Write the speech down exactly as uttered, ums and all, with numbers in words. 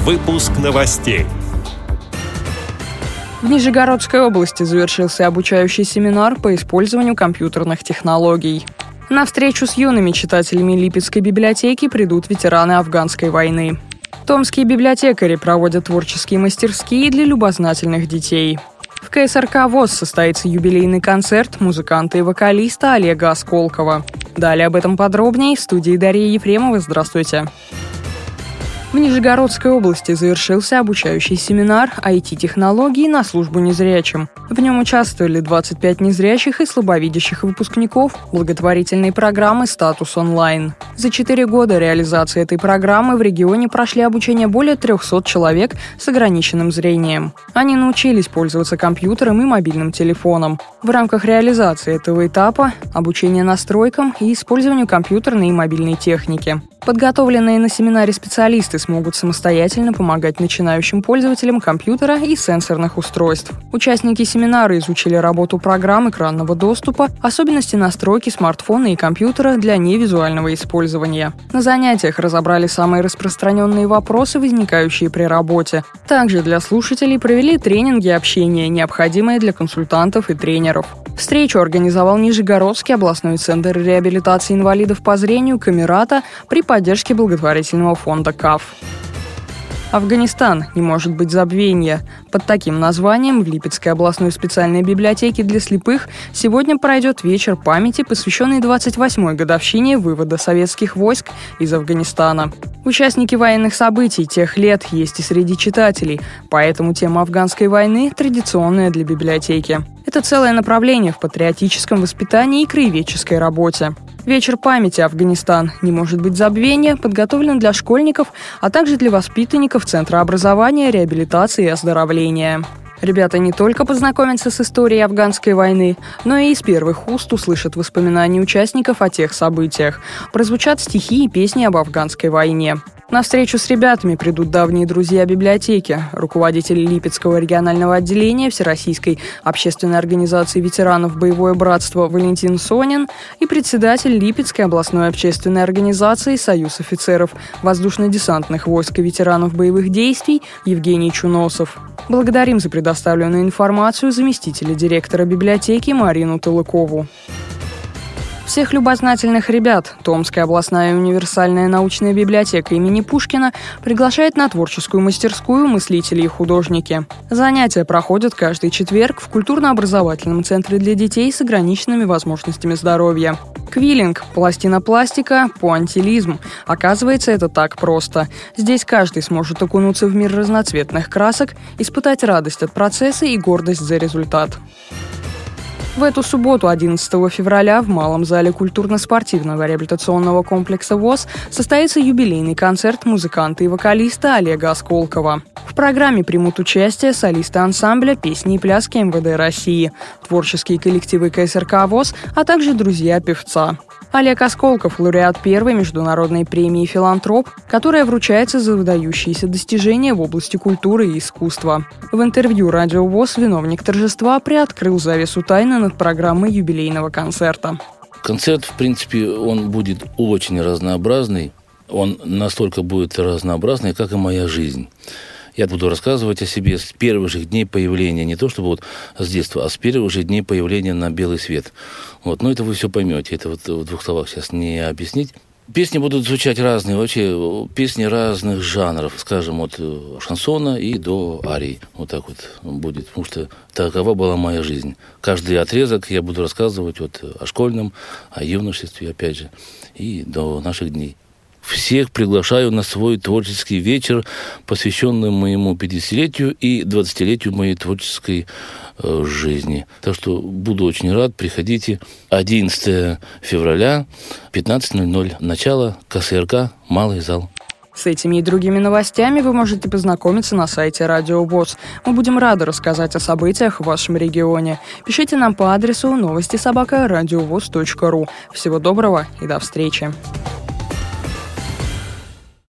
Выпуск новостей. В Нижегородской области завершился обучающий семинар по использованию компьютерных технологий. На встречу с юными читателями Липецкой библиотеки придут ветераны афганской войны. Томские библиотекари проводят творческие мастерские для любознательных детей. В ка эс эр ка ВОС состоится юбилейный концерт музыканта и вокалиста Олега Осколкова. Далее об этом подробнее в студии Дарьи Ефремовой. Здравствуйте. В Нижегородской области завершился обучающий семинар ай ти-технологий на службу незрячим. В нем участвовали двадцать пять незрячих и слабовидящих выпускников благотворительной программы «Статус онлайн». За четыре года реализации этой программы в регионе прошли обучение более трехсот человек с ограниченным зрением. Они научились пользоваться компьютером и мобильным телефоном. В рамках реализации этого этапа – обучение настройкам и использованию компьютерной и мобильной техники. Подготовленные на семинаре специалисты смогут самостоятельно помогать начинающим пользователям компьютера и сенсорных устройств. Участники семинара изучили работу программ экранного доступа, особенности настройки смартфона и компьютера для невизуального использования. На занятиях разобрали самые распространенные вопросы, возникающие при работе. Также для слушателей провели тренинги общения, необходимые для консультантов и тренеров. Встречу организовал Нижегородский областной центр реабилитации инвалидов по зрению «Камерата» при поддержке благотворительного фонда КАФ. Афганистан не может быть забвения. Под таким названием в Липецкой областной специальной библиотеке для слепых сегодня пройдет вечер памяти, посвященный двадцать восьмой годовщине вывода советских войск из Афганистана. Участники военных событий тех лет есть и среди читателей, поэтому тема афганской войны традиционная для библиотеки. Это целое направление в патриотическом воспитании и краеведческой работе. Вечер памяти «Афганистан не может быть забвения» подготовлен для школьников, а также для воспитанников Центра образования, реабилитации и оздоровления. Ребята не только познакомятся с историей афганской войны, но и из первых уст услышат воспоминания участников о тех событиях. Прозвучат стихи и песни об афганской войне. На встречу с ребятами придут давние друзья библиотеки, руководитель Липецкого регионального отделения Всероссийской общественной организации ветеранов «Боевое братство» Валентин Сонин и председатель Липецкой областной общественной организации «Союз офицеров воздушно-десантных войск и ветеранов боевых действий» Евгений Чуносов. Благодарим за предоставленную информацию заместителя директора библиотеки Марину Талыкову. Всех любознательных ребят Томская областная универсальная научная библиотека имени Пушкина приглашает на творческую мастерскую «Мыслители и художники». Занятия проходят каждый четверг в культурно-образовательном центре для детей с ограниченными возможностями здоровья. Квиллинг, пластинопластика, пуантилизм. Оказывается, это так просто. Здесь каждый сможет окунуться в мир разноцветных красок, испытать радость от процесса и гордость за результат. В эту субботу, одиннадцатого февраля, в Малом зале культурно-спортивного реабилитационного комплекса ВОС состоится юбилейный концерт музыканта и вокалиста Олега Осколкова. В программе примут участие солисты ансамбля «Песни и пляски эм вэ дэ России», творческие коллективы ка эс эр ка ВОС, а также друзья певца. Олег Осколков – лауреат первой международной премии «Филантроп», которая вручается за выдающиеся достижения в области культуры и искусства. В интервью радио ВОС виновник торжества приоткрыл завесу тайны над программой юбилейного концерта. Концерт, в принципе, он будет очень разнообразный. Он настолько будет разнообразный, как и моя жизнь. Я буду рассказывать о себе с первых же дней появления, не то чтобы вот с детства, а с первых же дней появления на белый свет. Вот. Но это вы все поймете, это вот в двух словах сейчас не объяснить. Песни будут звучать разные, вообще песни разных жанров, скажем, от шансона и до арий. Вот так вот будет, потому что такова была моя жизнь. Каждый отрезок я буду рассказывать вот о школьном, о юношестве, опять же, и до наших дней. Всех приглашаю на свой творческий вечер, посвященный моему пятидесятилетию и двадцатилетию моей творческой э, жизни. Так что буду очень рад, приходите. одиннадцатого февраля, пятнадцать ноль ноль, начало, ка эс эр ка, Малый зал. С этими и другими новостями вы можете познакомиться на сайте Радио ВОС. Мы будем рады рассказать о событиях в вашем регионе. Пишите нам по адресу новости собака радиовос точка ру. Всего доброго и до встречи.